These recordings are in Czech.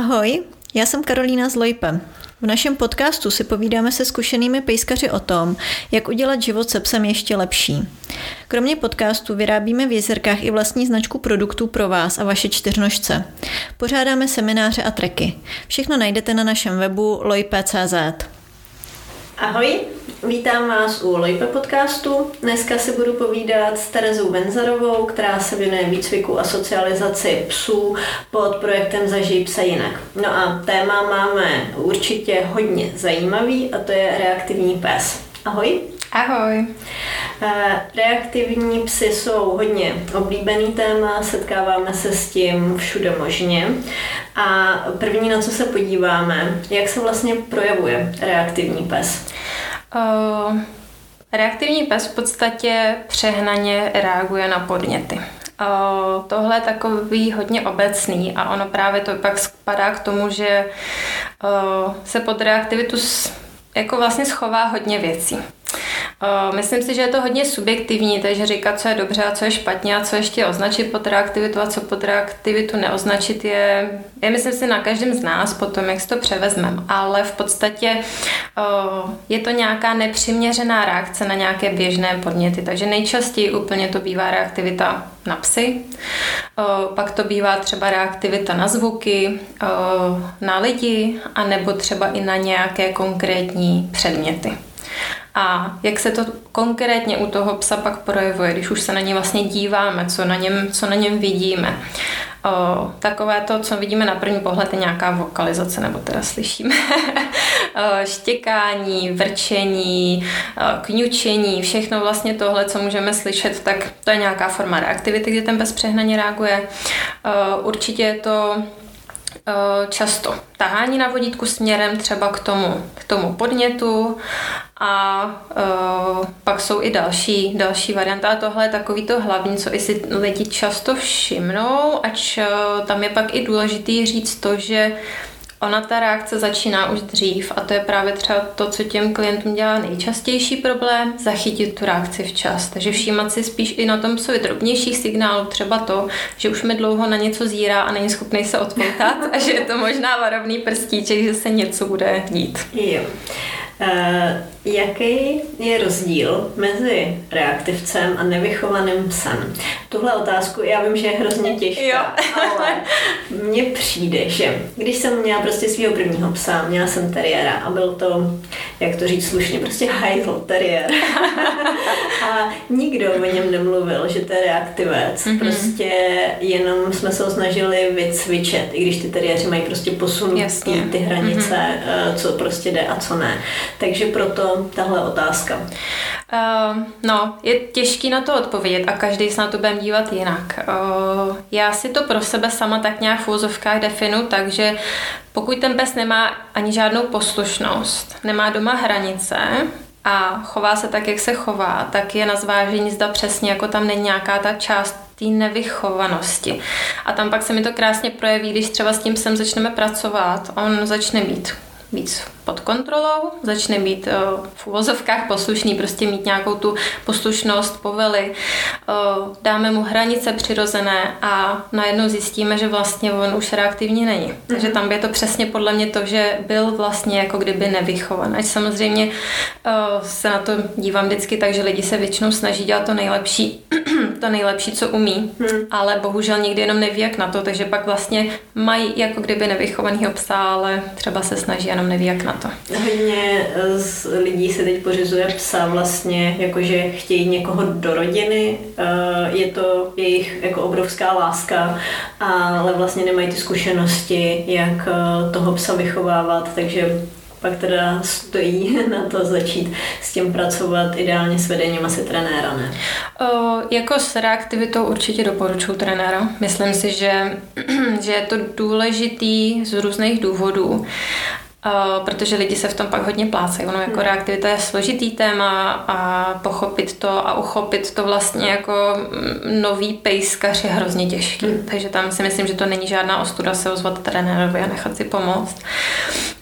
Ahoj, já jsem Karolína z Lojpe. V našem podcastu si povídáme se zkušenými pejskaři o tom, jak udělat život se psem ještě lepší. Kromě podcastu vyrábíme v Jezerkách i vlastní značku produktů pro vás a vaše čtyřnožce. Pořádáme semináře a treky. Všechno najdete na našem webu lojpe.cz. Ahoj, vítám vás u Lojpe podcastu. Dneska si budu povídat s Terezou Venzarovou, která se věnuje výcviku a socializaci psů pod projektem Zažij psa jinak. No a téma máme určitě hodně zajímavý a to je reaktivní pes. Ahoj. Ahoj. Reaktivní psy jsou hodně oblíbený téma, setkáváme se s tím všude možně. A první, na co se podíváme, jak se vlastně projevuje reaktivní pes? Reaktivní pes v podstatě přehnaně reaguje na podněty. Tohle je takový hodně obecný a ono právě to pak spadá k tomu, že se pod reaktivitu jako vlastně schová hodně věcí. Myslím si, že je to hodně subjektivní, takže říkat, co je dobře a co je špatně a co ještě označit pod reaktivitu a co pod reaktivitu neoznačit je myslím si na každém z nás potom, jak si to převezmeme, ale v podstatě je to nějaká nepřiměřená reakce na nějaké běžné podněty, takže nejčastěji úplně to bývá reaktivita na psy, pak to bývá třeba reaktivita na zvuky, na lidi, anebo třeba i na nějaké konkrétní předměty. A jak se to konkrétně u toho psa pak projevuje, když už se na něj vlastně díváme, co na něm vidíme. Takové to, co vidíme na první pohled, je nějaká vokalizace, nebo teda slyšíme. Štěkání, vrčení, kňučení, všechno vlastně tohle, co můžeme slyšet, tak to je nějaká forma reaktivity, kdy ten pes přehnaně reaguje. Určitě je to často tahání na vodítku směrem třeba k tomu podnětu a pak jsou i další varianty, ale tohle je takový to hlavní, co i si lidi často všimnou, ač tam je pak i důležitý říct to, že ona ta reakce začíná už dřív a to je právě třeba to, co těm klientům dělá nejčastější problém, zachytit tu reakci včas. Takže všímat si spíš i na tom psovi drobnějších signálů, třeba to, že už mi dlouho na něco zírá a není schopný se odpoutat a že je to možná varovný prstíček, že se něco bude dít. Jo. Jaký je rozdíl mezi reaktivcem a nevychovaným psem? Tuhle otázku, já vím, že je hrozně těžká, ale mně přijde, že když jsem měla prostě svého prvního psa, měla jsem teriéra a byl to, jak to říct slušně, prostě hajzl teriér. A nikdo o něm nemluvil, že to je reaktivec. Prostě jenom jsme se ho snažili vycvičet, i když ty teriéři mají prostě posunutý ty hranice, co prostě jde a co ne. Takže proto tahle otázka. Je těžký na to odpovědět a každý se na to bude dívat jinak. Já si to pro sebe sama tak nějak v úvozovkách definu, takže pokud ten pes nemá ani žádnou poslušnost, nemá doma hranice a chová se tak, jak se chová, tak je na zvážení, zda přesně jako tam není nějaká ta část té nevychovanosti. A tam pak se mi to krásně projeví, když třeba s tím psem začneme pracovat, on začne být víc pod kontrolou, začne být v uvozovkách poslušný, prostě mít nějakou tu poslušnost, povely, dáme mu hranice přirozené a najednou zjistíme, že vlastně on už reaktivní není. Takže tam je to přesně podle mě to, že byl vlastně jako kdyby nevychovaný. Ať samozřejmě se na to dívám vždycky tak, že lidi se většinou snaží dělat to nejlepší, co umí, ale bohužel nikdy jenom neví, jak na to, takže pak vlastně mají jako kdyby nevychovanýho psa, ale třeba se snaží, jenom neví, jak na to. Hodně z lidí se teď pořizuje psa vlastně, jakože chtějí někoho do rodiny, je to jejich jako obrovská láska, ale vlastně nemají ty zkušenosti, jak toho psa vychovávat, takže pak teda stojí na to začít s tím pracovat, ideálně s vedením asi trenéra, ne? Jako s reaktivitou určitě doporučuji trenéra. Myslím si, že je to důležitý z různých důvodů. Protože lidi se v tom pak hodně plácají. Ono jako reaktivita je složitý téma a pochopit to a uchopit to vlastně jako nový pejskař je hrozně těžký. Takže tam si myslím, že to není žádná ostuda se ozvat trenérovi a nechat si pomoct.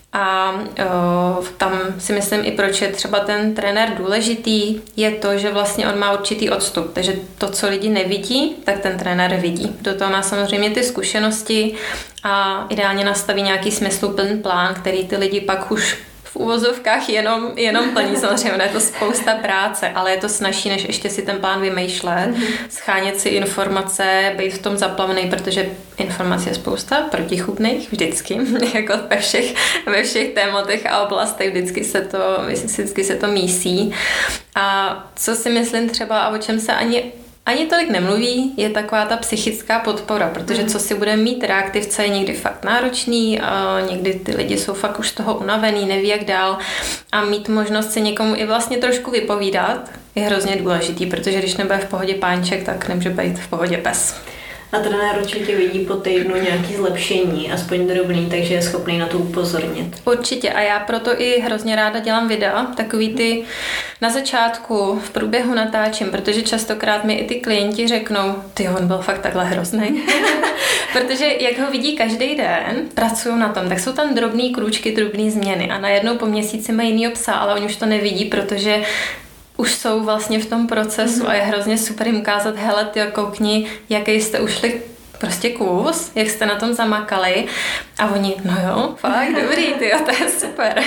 A tam si myslím i proč je třeba ten trenér důležitý, je to, že vlastně on má určitý odstup, takže to, co lidi nevidí, tak ten trenér vidí. Do toho má samozřejmě ty zkušenosti a ideálně nastaví nějaký smysluplný plán, který ty lidi pak už v uvozovkách jenom plní. Samozřejmě je to spousta práce, ale je to snazší, než ještě si ten plán vymýšlet, schánět si informace, být v tom zaplavený, protože informace je spousta protichůdných vždycky, jako ve všech tématech a oblastech vždycky se to mísí. A co si myslím třeba a o čem se ani tolik nemluví, je taková ta psychická podpora, protože co si bude mít reaktivce je někdy fakt náročný, a někdy ty lidi jsou fakt už z toho unavený, neví jak dál a mít možnost si někomu i vlastně trošku vypovídat je hrozně důležitý, protože když nebude v pohodě páňček, tak nemůže být v pohodě pes. A trenér určitě vidí po týdnu nějaké zlepšení, aspoň drobný, takže je schopný na to upozornit. Určitě a já proto i hrozně ráda dělám videa, takový ty na začátku, v průběhu natáčím, protože častokrát mi i ty klienti řeknou, on byl fakt takhle hrozný. Protože jak ho vidí každý den, pracují na tom, tak jsou tam drobný krůčky, drobný změny a najednou po měsíci mají jinýho psa, ale oni už to nevidí, protože už jsou vlastně v tom procesu a je hrozně super jim ukázat, hele, ty koukni, jaký jste ušli prostě kus, jak jste na tom zamakali a oni, no jo, fakt dobrý, to je super.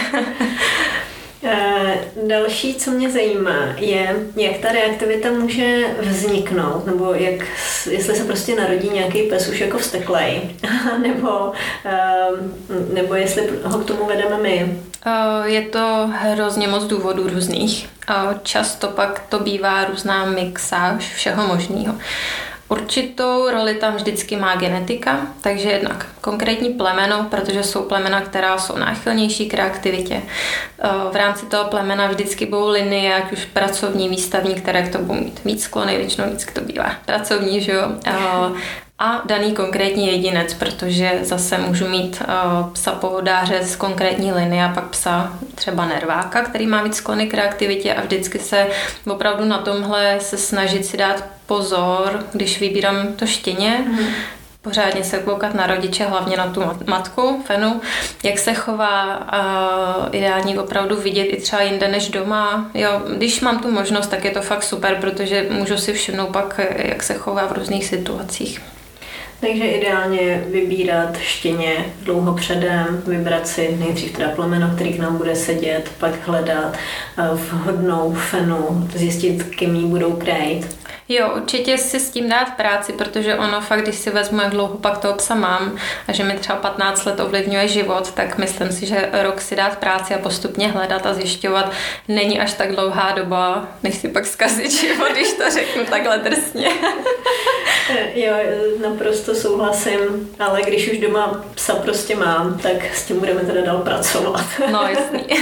Další, co mě zajímá, je, jak ta reaktivita může vzniknout, nebo jestli se prostě narodí nějaký pes už jako vzteklej, nebo jestli ho k tomu vedeme my. Je to hrozně moc důvodů různých. Často pak to bývá různá mixáž všeho možného. Určitou roli tam vždycky má genetika, takže jednak konkrétní plemeno, protože jsou plemena, která jsou náchylnější k reaktivitě. V rámci toho plemena vždycky budou linie, ať už pracovní, výstavní, které k tomu budou mít víc sklony, většinou vždycky to bývá pracovní, že jo? A daný konkrétní jedinec, protože zase můžu mít psa pohodáře z konkrétní linie a pak psa třeba nerváka, který má víc sklony k reaktivitě a vždycky se opravdu na tomhle se snažit si dát pozor, když vybírám to štěně, pořádně se koukat na rodiče, hlavně na tu matku, Fenu, jak se chová, ideální opravdu vidět i třeba jinde než doma. Jo, když mám tu možnost, tak je to fakt super, protože můžu si všimnout pak, jak se chová v různých situacích. Takže ideálně vybírat štěně dlouho předem, vybrat si nejdřív teda plemeno, který k nám bude sedět, pak hledat vhodnou Fenu, zjistit, kým jí budou krejt. Jo, určitě si s tím dát práci, protože ono fakt, když si vezmu, jak dlouho pak toho psa mám a že mi třeba 15 let ovlivňuje život, tak myslím si, že rok si dát práci a postupně hledat a zjišťovat není až tak dlouhá doba, než si pak zkazit život, když to řeknu takhle drsně. Jo, naprosto souhlasím, ale když už doma psa prostě mám, tak s tím budeme teda dál pracovat. No, jasný.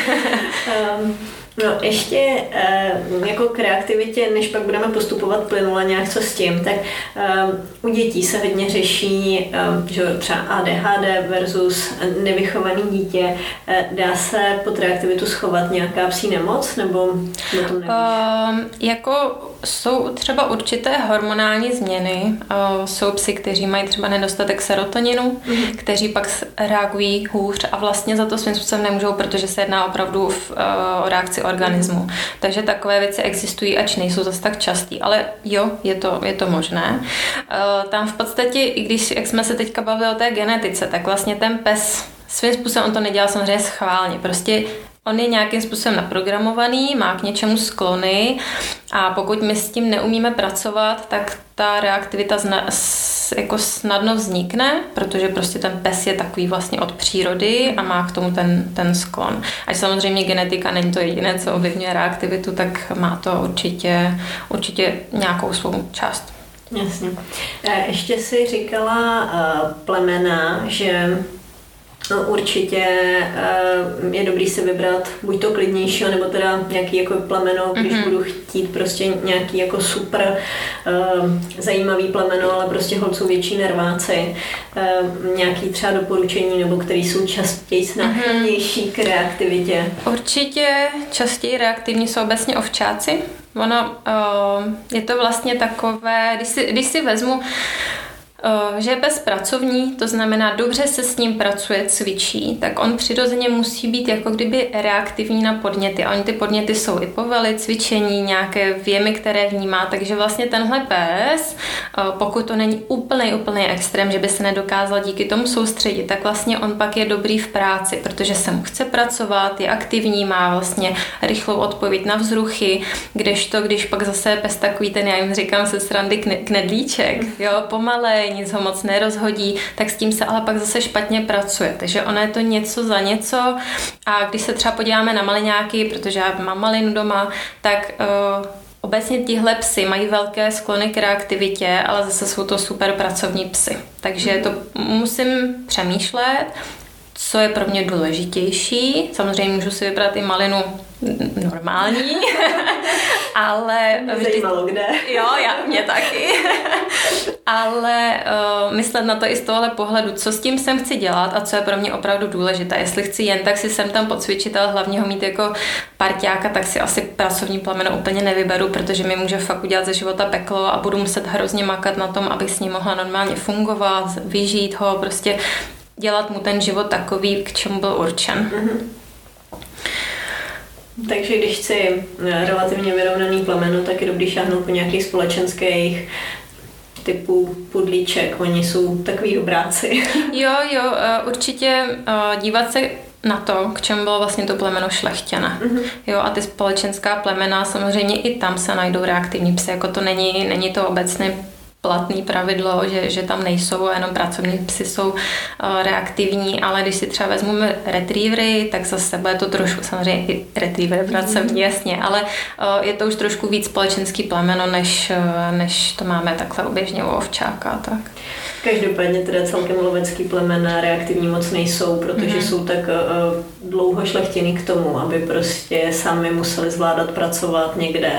No ještě jako k reaktivitě, než pak budeme postupovat plynule nějak co s tím, tak u dětí se hodně řeší, že třeba ADHD versus nevychovaný dítě. Dá se pod reaktivitu schovat nějaká psí nemoc, nebo o tom nevíš? Jako jsou třeba určité hormonální změny. Jsou psi, kteří mají třeba nedostatek serotoninu, kteří pak reagují hůř a vlastně za to svým způsobem nemůžou, protože se jedná opravdu o reakci organismu. Takže takové věci existují, ač nejsou zase tak častý. Ale jo, je to možné. Tam v podstatě, i když, jak jsme se teďka bavili o té genetice, tak vlastně ten pes svým způsobem on to nedělá samozřejmě schválně. Prostě on je nějakým způsobem naprogramovaný, má k něčemu sklony a pokud my s tím neumíme pracovat, tak ta reaktivita jako snadno vznikne, protože prostě ten pes je takový vlastně od přírody a má k tomu ten sklon. Ať samozřejmě genetika není to jediné, co ovlivňuje reaktivitu, tak má to určitě nějakou svou část. Jasně. Ještě si říkala plemena, že určitě je dobrý si vybrat buď to klidnějšího, nebo teda nějaký jako plemeno, když budu chtít prostě nějaký jako super zajímavý plemeno, ale prostě holt jsou větší nerváci. Nějaký třeba doporučení, nebo který jsou častěji náchylnější k reaktivitě? Určitě častěji reaktivní jsou obecně ovčáci. Ono je to vlastně takové, když si vezmu Že je bezpracovní, to znamená dobře se s ním pracuje, cvičí, tak on přirozeně musí být jako kdyby reaktivní na podněty. A oni ty podněty jsou i povely, cvičení, nějaké věmy, které vnímá, takže vlastně tenhle pes, pokud to není úplný extrém, že by se nedokázal díky tomu soustředit, tak vlastně on pak je dobrý v práci, protože se mu chce pracovat, je aktivní, má vlastně rychlou odpověď na vzruchy, kdežto, když pak zase pes takový ten, já jim říkám se srandy knedlíček, jo, pomalej, nic ho moc nerozhodí, tak s tím se ale pak zase špatně pracuje. Takže ono je to něco za něco a když se třeba podíváme na maliňáky, protože já mám malinu doma, tak obecně tihle psy mají velké sklony k reaktivitě, ale zase jsou to super pracovní psy. Takže to musím přemýšlet, co je pro mě důležitější. Samozřejmě můžu si vybrat i malinu normální, ale... Zajímalo kde. Jo, mě taky. Ale myslet na to i z tohohle pohledu, co s tím sem chci dělat a co je pro mě opravdu důležité. Jestli chci jen tak si sem tam pocvičit, ale hlavně ho mít jako parťáka, tak si asi pracovní plemeno úplně nevyberu, protože mi může fakt udělat ze života peklo a budu muset hrozně makat na tom, abych s ním mohla normálně fungovat, vyžít ho, prostě dělat mu ten život takový, k čemu byl určen. Takže když chci relativně vyrovnaný plemeno, tak je dobrý šáhnout po nějakých společenských typu pudlíček. Oni jsou takový dobráci. Jo, určitě dívat se na to, k čemu bylo vlastně to plemeno šlechtěné. Jo, a ty společenská plemena, samozřejmě i tam se najdou reaktivní psy, jako to není to obecně platný pravidlo, že tam nejsou, jenom pracovní psy jsou reaktivní, ale když si třeba vezmeme retrievery, tak zase bude to trošku, samozřejmě i retriever pracovní, jasně, ale je to už trošku víc společenský plemeno, než to máme takhle oběžně u ovčáka. Tak. Každopádně teda celkem lovecký plemena reaktivní moc nejsou, protože jsou tak dlouho šlechtěný k tomu, aby prostě sami museli zvládat pracovat někde,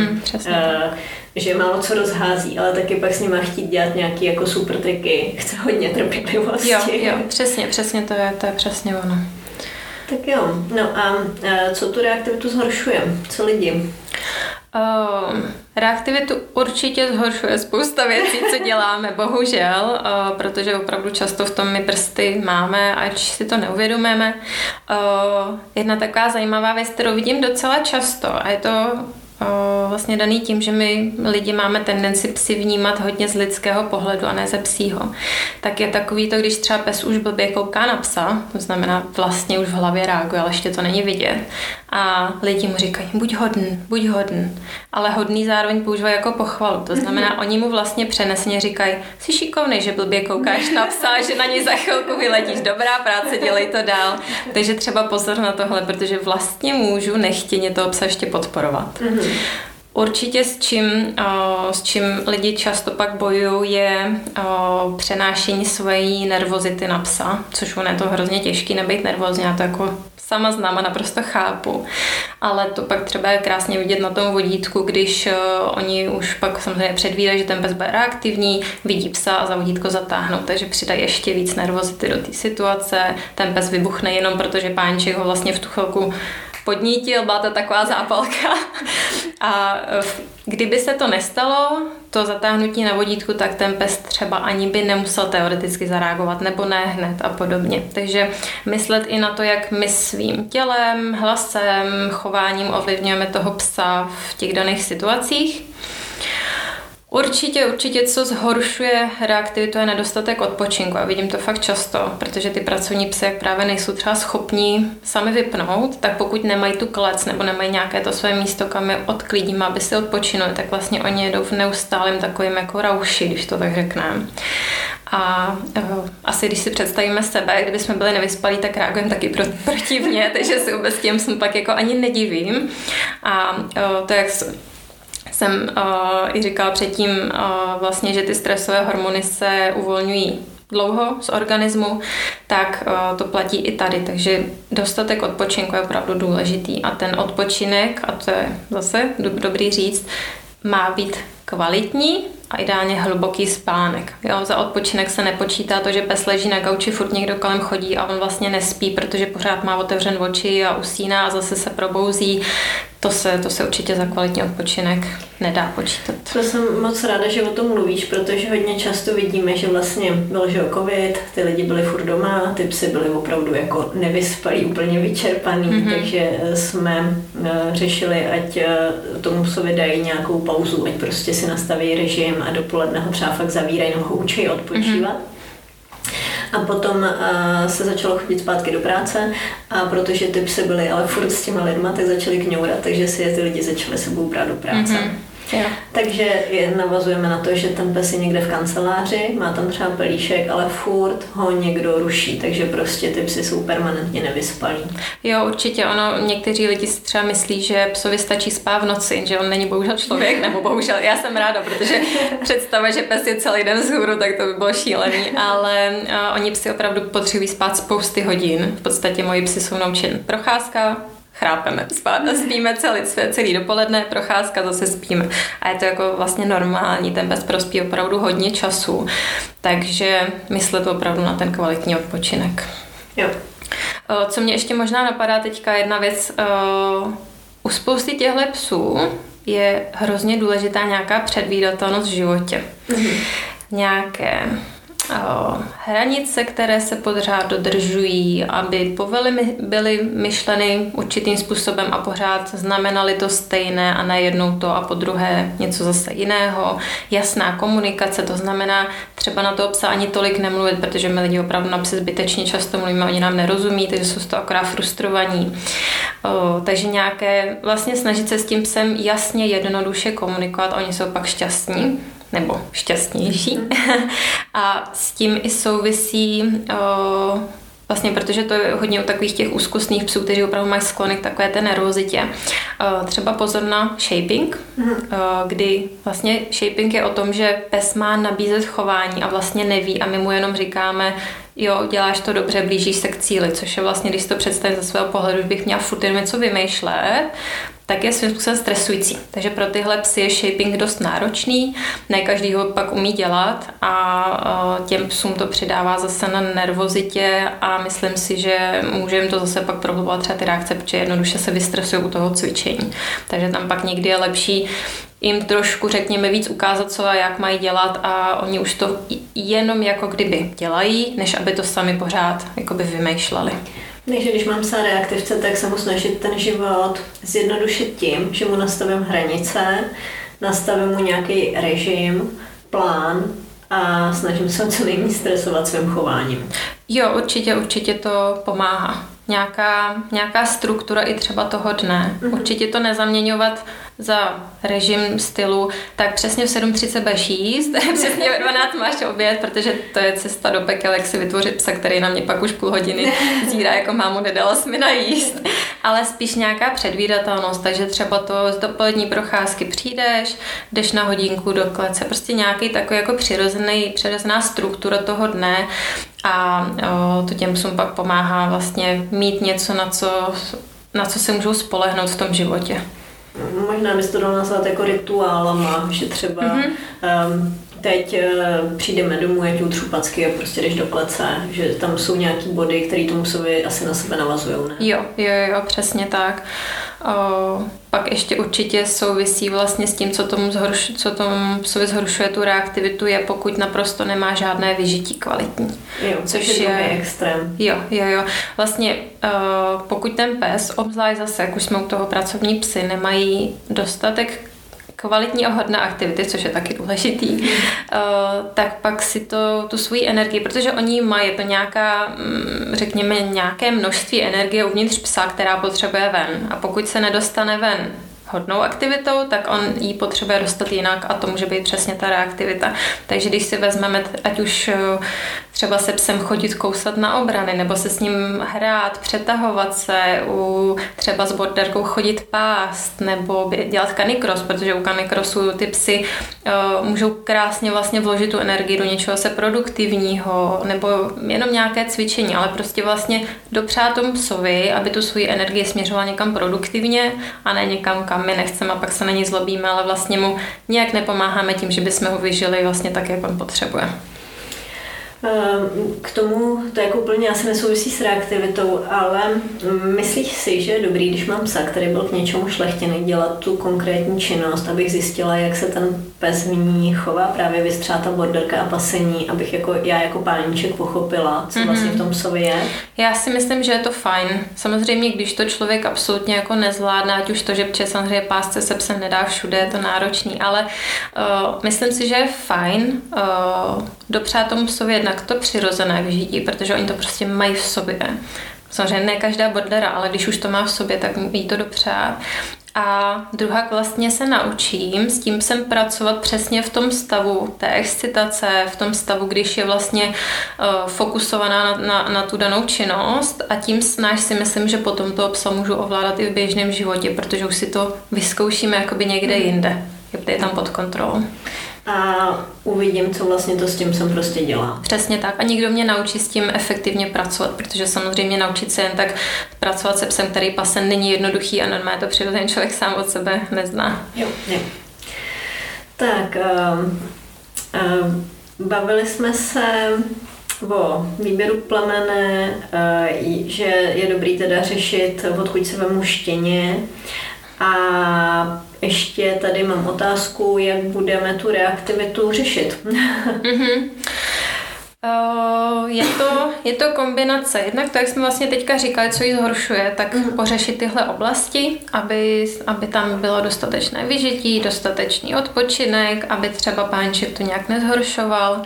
že málo co rozhází, ale taky pak s nima chtít dělat nějaký jako super triky, chce hodně trpělivosti. Jo, přesně to je přesně ono. Tak jo, no a co tu reaktivitu zhoršuje? Co lidi? Reaktivitu určitě zhoršuje spousta věcí, co děláme, bohužel, protože opravdu často v tom my prsty máme, ať si to neuvědomujeme. Jedna taková zajímavá věc, kterou vidím docela často, a je to vlastně daný tím, že my lidi máme tendenci psy vnímat hodně z lidského pohledu a ne ze psího. Tak je takový to, když třeba pes už blbě kouká na psa, to znamená vlastně už v hlavě reaguje, ale ještě to není vidět. A lidi mu říkají, buď hodn, ale hodný zároveň používají jako pochvalu. To znamená, oni mu vlastně přenesně říkají, jsi šikovnej, že blbě koukáš na psa, že na něj za chvilku vyletíš, dobrá práce, dělej to dál. Takže třeba pozor na tohle, protože vlastně můžu nechtěně toho psa ještě podporovat. Určitě s čím lidi často pak bojují, je přenášení své nervozity na psa, což on je to hrozně těžký nebejt nervózní, já to jako sama znám a naprosto chápu. Ale to pak třeba je krásně vidět na tom vodítku, když oni už pak samozřejmě předvídají, že ten pes bude reaktivní, vidí psa a za vodítko zatáhnou, takže přidají ještě víc nervozity do té situace, ten pes vybuchne jenom protože páníček ho vlastně v tu chvilku podnítil, byla to taková zápalka. A kdyby se to nestalo, to zatáhnutí na vodítku, tak ten pes třeba ani by nemusel teoreticky zareagovat, nebo ne hned a podobně. Takže myslet i na to, jak my svým tělem, hlasem, chováním ovlivňujeme toho psa v těch daných situacích. Určitě, co zhoršuje reaktivitu, je nedostatek odpočinku a vidím to fakt často, protože ty pracovní psy, jak právě nejsou třeba schopní sami vypnout, tak pokud nemají tu klec nebo nemají nějaké to své místo, kam je odklidíme, aby si odpočinuli, tak vlastně oni jedou v neustálém takovým jako rauši, když to tak řekneme. A asi když si představíme sebe, kdyby jsme byli nevyspalí, tak reagujeme taky protivně, takže si vůbec těm jsem pak jako ani nedivím. A to, jak jsem i říkala předtím, vlastně, že ty stresové hormony se uvolňují dlouho z organismu, tak to platí i tady. Takže dostatek odpočinku je opravdu důležitý. A ten odpočinek, a to je zase dobrý říct, má být kvalitní a ideálně hluboký spánek. Jo, za odpočinek se nepočítá to, že pes leží na gauči, furt někdo kolem chodí a on vlastně nespí, protože pořád má otevřen oči a usíná a zase se probouzí. to se určitě za kvalitní odpočinek nedá počítat. To jsem moc ráda, že o tom mluvíš, protože hodně často vidíme, že vlastně byl covid, ty lidi byli furt doma, ty psy byli opravdu jako nevyspalí, úplně vyčerpaný, takže jsme řešili, ať tomu psovi dají nějakou pauzu, ať prostě si nastaví režim a dopoledne ho třeba fakt zavírají nebo ho učí odpočívat. A potom se začalo chodit zpátky do práce a protože ty psy byly ale furt s těma lidma, tak začali kňourat, takže si je ty lidi začali sebou brát do práce. Yeah. Takže navazujeme na to, že ten pes je někde v kanceláři, má tam třeba pelíšek, ale furt ho někdo ruší, takže prostě ty psy jsou permanentně nevyspalí. Jo, určitě. Někteří lidi si třeba myslí, že psovi stačí spát v noci, že on není bohužel člověk, nebo bohužel, já jsem ráda, protože představa, že pes je celý den vzhůru, tak to by bylo šílený, ale oni psi opravdu potřebují spát spousty hodin. V podstatě moji psi jsou naučeni procházka, chrápeme, spát a spíme celý dopoledne, procházka, zase spíme. A je to jako vlastně normální, ten pes prospí opravdu hodně času, takže myslet opravdu na ten kvalitní odpočinek. Jo. Co mě ještě možná napadá teďka, jedna věc, u spousty těchto psů je hrozně důležitá nějaká předvídatelnost v životě. Nějaké hranice, které se pořád dodržují, aby povely byly myšleny určitým způsobem a pořád znamenaly to stejné a najednou to a po druhé něco zase jiného. Jasná komunikace, to znamená třeba na toho psa ani tolik nemluvit, protože my lidi opravdu na psy zbytečně často mluvíme, oni nám nerozumí, takže jsou z toho akorát frustrovaní. Takže nějaké vlastně snažit se s tím psem jasně, jednoduše komunikovat, oni jsou pak šťastní nebo šťastnější. A s tím i souvisí vlastně, protože to je hodně u takových těch úzkostných psů, kteří opravdu mají sklony k takové té nervozitě. Třeba pozor na shaping, kdy vlastně shaping je o tom, že pes má nabízet chování a vlastně neví a my mu jenom říkáme, jo, děláš to dobře, blížíš se k cíli, což je vlastně, když to představím ze svého pohledu, že bych měla furt jen něco vymýšlet, tak je svým způsobem stresující. Takže pro tyhle psy je shaping dost náročný, ne každý ho pak umí dělat a těm psům to přidává zase na nervozitě a myslím si, že může jim to zase pak prohlubovat třeba ty reakce, protože jednoduše se vystresují u toho cvičení. Takže tam pak někdy je lepší jim trošku, řekněme, víc ukázat, co a jak mají dělat a oni už to jenom jako kdyby dělají, než aby to sami pořád jakoby vymýšleli. Takže když mám psa reaktivce, tak se mu snažit ten život zjednodušit tím, že mu nastavím hranice, nastavím mu nějaký režim, plán a snažím se co nejméně stresovat svým chováním. Jo, určitě to pomáhá. Nějaká struktura i třeba toho dne. Určitě to nezaměňovat za režim stylu, tak přesně v 7:30 budeš jíst, přesně ve 12 máš oběd, protože to je cesta do pekel, jak si vytvořit psa, který na mě pak už půl hodiny zírá, jako mámu, nedala jsi mi najíst. Ale spíš nějaká předvídatelnost, takže třeba to z dopolední procházky přijdeš, jdeš na hodinku do klece, prostě nějaký takový jako přirozená struktura toho dne a to těm psům pak pomáhá vlastně mít něco, na co se můžou spolehnout v tom životě. Možná bys to dal nazvat jako rituálama, že třeba teď přijdeme domů, já ti utřu packy a prostě jdeš do klece, že tam jsou nějaký body, které tomu psovi asi na sebe navazujou, ne? Jo, přesně tak. Pak ještě určitě souvisí vlastně s tím, co tomu psovi zhoršuje tu reaktivitu, je pokud naprosto nemá žádné vyžití kvalitní. Jo, což je extrém. Jo. Vlastně pokud ten pes, obzvlášť zase, jak už jsme u toho pracovní psy, nemají dostatek kvalitní a hodné aktivity, což je taky důležitý, tak pak si tu svoji energii, protože oni mají, je to řekněme, nějaké množství energie uvnitř psa, která potřebuje ven. A pokud se nedostane ven hodnou aktivitou, tak on ji potřebuje dostat jinak a to může být přesně ta reaktivita. Takže když si vezmeme, ať už třeba se psem chodit kousat na obrany, nebo se s ním hrát, přetahovat se, třeba s borderkou chodit pást, nebo dělat canicross, protože u canicrossu ty psy můžou krásně vlastně vložit tu energii do něčeho se produktivního, nebo jenom nějaké cvičení, ale prostě vlastně dopřát tomu psovi, aby tu svoji energii směřoval někam produktivně a ne někam, kam my nechceme a pak se na něj zlobíme, ale vlastně mu nějak nepomáháme tím, že bychom ho vyžili vlastně tak, jak on potřebuje. K tomu to jako úplně asi nesouvisí s reaktivitou, ale myslíš si, že je dobrý, když mám psa, který byl k něčemu šlechtěný, dělat tu konkrétní činnost, abych zjistila, jak se ten pes v ní chová, právě vystřela ta borderka a pasení, abych já jako páníček pochopila, co vlastně v tom psovi je? Já si myslím, že je to fajn. Samozřejmě, když to člověk absolutně jako nezvládne, ať už to, že samozřejmě pásce se psem nedá všude, je to náročný, ale myslím si, že je fajn dopřát tomu psovi jednak to přirozené vyžití, protože oni to prostě mají v sobě. Samozřejmě ne každá bordera, ale když už to má v sobě, tak jí to dopřát. A druhá vlastně se naučím s tím psem pracovat přesně v tom stavu té excitace, v tom stavu, když je vlastně fokusovaná na tu danou činnost a tím snáš si myslím, že potom toho psa můžu ovládat i v běžném životě, protože už si to vyzkoušíme jakoby někde jinde, je tam pod kontrolou. A uvidím, co vlastně to s tím psem prostě dělá. Přesně tak. A někdo mě naučí s tím efektivně pracovat, protože samozřejmě naučit se jen tak pracovat se psem, který pase, není jednoduchý a normálně to přirozený člověk sám od sebe nezná. Jo. Tak, bavili jsme se o výběru plemene, že je dobrý teda řešit, odkud se vemu štěně. A ještě tady mám otázku, jak budeme tu reaktivitu řešit. Je to kombinace. Jednak to, jak jsme vlastně teďka říkali, co ji zhoršuje, tak pořešit tyhle oblasti, aby tam bylo dostatečné vyžití, dostatečný odpočinek, aby třeba páníček to nějak nezhoršoval.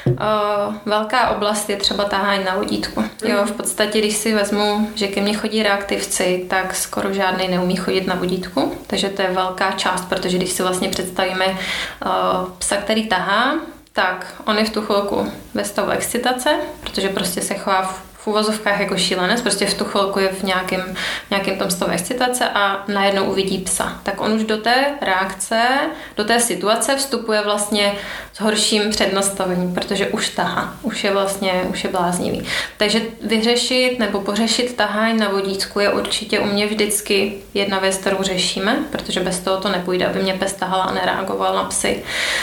Velká oblast je třeba tahání na vodítku. Jo, v podstatě, když si vezmu, že ke mně chodí reaktivci, tak skoro žádnej neumí chodit na vodítku, takže to je velká část, protože když si vlastně představíme psa, který tahá, tak on je v tu chvilku ve stavu excitace, protože prostě se chová v uvozovkách jako šílenec, prostě v tu chvilku je v nějakém tom stavu excitace a najednou uvidí psa. Tak on už do té reakce, do té situace vstupuje vlastně s horším přednastavením, protože už tahá, už je bláznivý. Takže vyřešit nebo pořešit tahání na vodítku je určitě u mě vždycky jedna věc, kterou řešíme, protože bez toho to nepůjde, aby mě pes tahal a nereagoval na psy.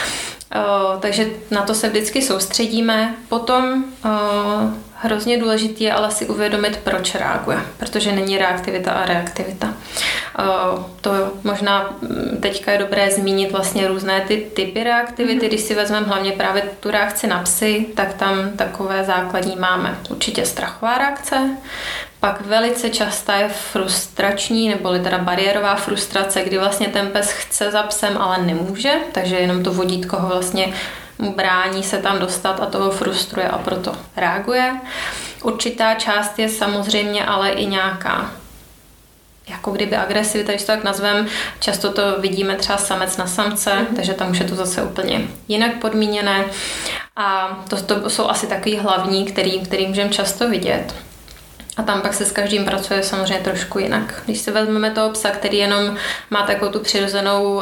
Takže na to se vždycky soustředíme. Potom hrozně důležitý je ale si uvědomit, proč reaguje, protože není reaktivita a reaktivita. To možná teďka je dobré zmínit vlastně různé ty typy reaktivity. Když si vezmeme hlavně právě tu reakci na psy, tak tam takové základní máme. Určitě strachová reakce, pak velice častá je frustrační, neboli teda bariérová frustrace, kdy vlastně ten pes chce za psem, ale nemůže, takže jenom to vodítko ho vlastně mu brání se tam dostat a toho frustruje a proto reaguje. Určitá část je samozřejmě ale i nějaká jako kdyby agresivita, když to tak nazvem, často to vidíme třeba samec na samce, takže tam už je to zase úplně jinak podmíněné a to jsou asi takový hlavní, který můžeme často vidět. A tam pak se s každým pracuje samozřejmě trošku jinak. Když si vezmeme toho psa, který jenom má takovou tu přirozenou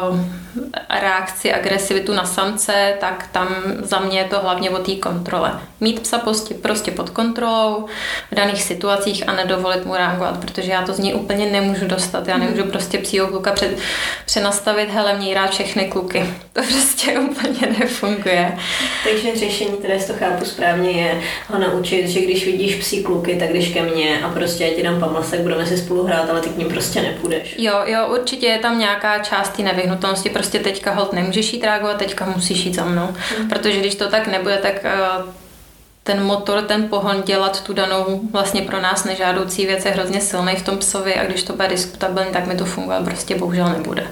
reakci, agresivitu na samce, tak tam za mě je to hlavně o té kontrole. Mít psa prostě pod kontrolou v daných situacích a nedovolit mu reagovat, protože já to z něj úplně nemůžu dostat. Já nemůžu prostě psího kluka přenastavit, hele, měj rád všechny kluky. To prostě úplně nefunguje. Takže řešení, které to chápu správně, je ho naučit, že když vidíš psí kluky, tak když ke mně a prostě já ti dám pamlasek, budeme si spolu hrát, ale ty k ním prostě nepůjdeš. Jo, určitě je tam nějaká část té nevyhnutelnosti, prostě teďka holt nemůžeš jít reagovat, teďka musíš jít za mnou, protože když to tak nebude, tak ten motor, ten pohon dělat tu danou vlastně pro nás nežádoucí věc je hrozně silný v tom psovi a když to bude diskutabilní, tak mi to fungovat prostě bohužel nebude.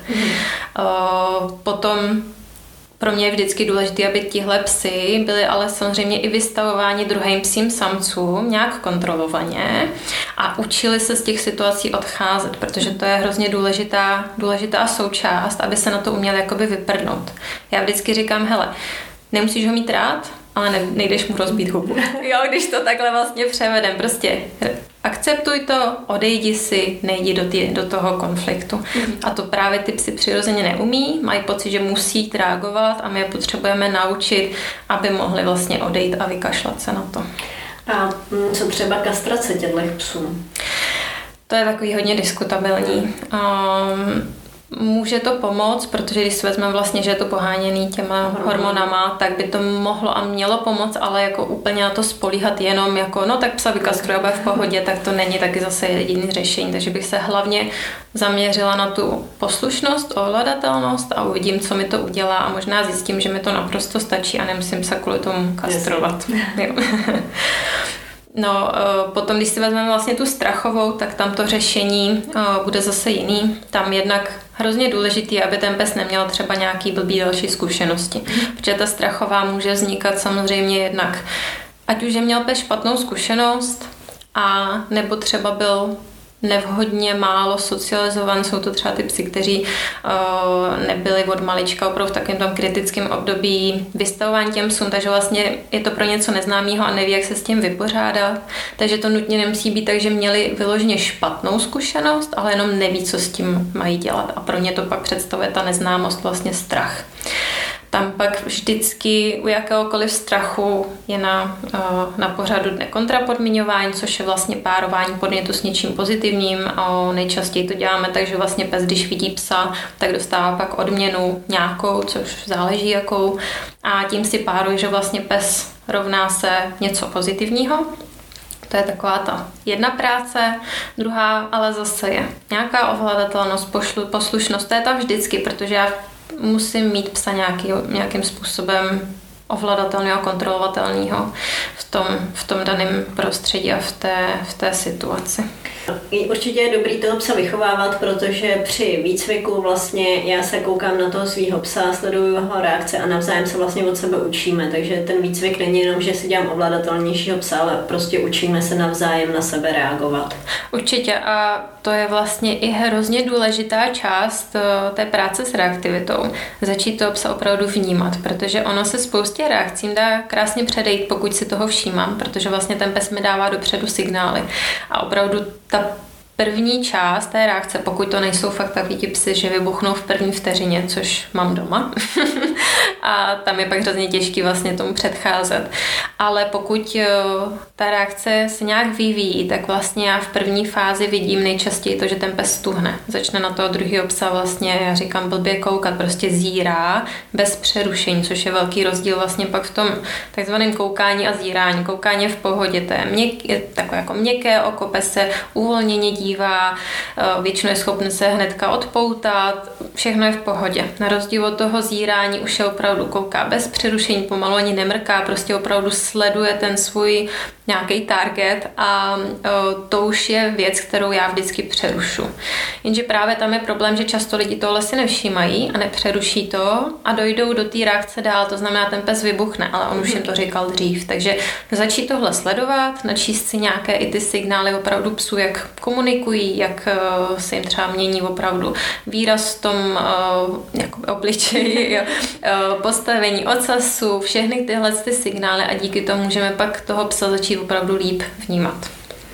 Potom pro mě je vždycky důležité, aby tihle psy byly ale samozřejmě i vystavováni druhým psím samcům nějak kontrolovaně a učili se z těch situací odcházet, protože to je hrozně důležitá součást, aby se na to uměli jakoby vyprdnout. Já vždycky říkám, hele, nemusíš ho mít rád, ale nejdeš mu rozbít hubu. Jo, když to takhle vlastně převedem, prostě akceptuj to, odejdi si, nejdi do toho konfliktu. A to právě ty psy přirozeně neumí, mají pocit, že musí reagovat a my je potřebujeme naučit, aby mohli vlastně odejít a vykašlat se na to. A co třeba kastrace těchto psů? To je takový hodně diskutabilní. může to pomoct, protože když si vezmeme vlastně, že je to poháněný těma hormonama, tak by to mohlo a mělo pomoct, ale jako úplně na to spolíhat jenom jako, no tak psa vykastruje, bude v pohodě, tak to není taky zase jediný řešení. Takže bych se hlavně zaměřila na tu poslušnost, ovladatelnost a uvidím, co mi to udělá a možná zjistím, že mi to naprosto stačí a nemusím se kvůli tomu kastrovat. No, potom, když si vezmeme vlastně tu strachovou, tak tam to řešení bude zase jiný. Tam jednak hrozně důležitý, aby ten pes neměl třeba nějaký blbý další zkušenosti. Protože ta strachová může vznikat samozřejmě jednak, ať už je měl pes špatnou zkušenost, a nebo třeba byl nevhodně málo socializovan. Jsou to třeba ty psy, kteří nebyli od malička opravdu v takovém tom kritickém období vystavování těm psům, takže vlastně je to pro něco neznámého a neví, jak se s tím vypořádat. Takže to nutně nemusí být tak, že měli vyloženě špatnou zkušenost, ale jenom neví, co s tím mají dělat. A pro ně to pak představuje ta neznámost, vlastně strach. Tam pak vždycky u jakéhokoliv strachu je na pořadu dne kontrapodmiňování, což je vlastně párování podnětu s něčím pozitivním. A nejčastěji to děláme tak, že vlastně pes, když vidí psa, tak dostává pak odměnu nějakou, což záleží jakou. A tím si páruje, že vlastně pes rovná se něco pozitivního. To je taková ta jedna práce, druhá ale zase je nějaká ovladatelnost, poslušnost, to je tam vždycky, protože já musím mít psa nějakým způsobem ovladatelného, kontrolovatelného v tom daném prostředí a v té situaci. Určitě je dobrý toho psa vychovávat, protože při výcviku vlastně já se koukám na toho svého psa, sleduju jeho reakce a navzájem se vlastně od sebe učíme, takže ten výcvik není jenom, že si dělám ovladatelnějšího psa, ale prostě učíme se navzájem na sebe reagovat. Určitě a to je vlastně i hrozně důležitá část té práce s reaktivitou. Začít toho psa opravdu vnímat, protože ono se spoustě reakcím dá krásně předejít, pokud si toho všímám, protože vlastně ten pes mi dává dopředu signály a opravdu ta první část té reakce, pokud to nejsou fakt takový ti psy, že vybuchnou v první vteřině, což mám doma. A tam je pak hrozně těžký vlastně tomu předcházet. Ale pokud ta reakce se nějak vyvíjí, tak vlastně já v první fázi vidím nejčastěji to, že ten pes tuhne. Začne na toho druhého psa vlastně, já říkám blbě koukat, prostě zírá bez přerušení, což je velký rozdíl vlastně pak v tom takzvaném koukání a zírání. Koukání je v pohodě, to je takové jako měkké oko, pes se uvolněně dívá, většinou je schopný se hnedka odpoutat, všechno je v pohodě. Na rozdíl od toho zírání už je opravdu kouká bez přerušení, pomalu ani nemrká, prostě opravdu sleduje ten svůj nějaký target a to už je věc, kterou já vždycky přerušu. Jenže právě tam je problém, že často lidi tohle si nevšímají a nepřeruší to a dojdou do té reakce dál, to znamená, ten pes vybuchne, ale on už jim to říkal dřív. Takže začít tohle sledovat, načíst si nějaké i ty signály opravdu psů, jak komunikují, jak se jim třeba mění opravdu výraz v tom obličeji, postavení ocasu, všechny tyhle ty signály a díky tomu můžeme pak toho psa začít opravdu líp vnímat.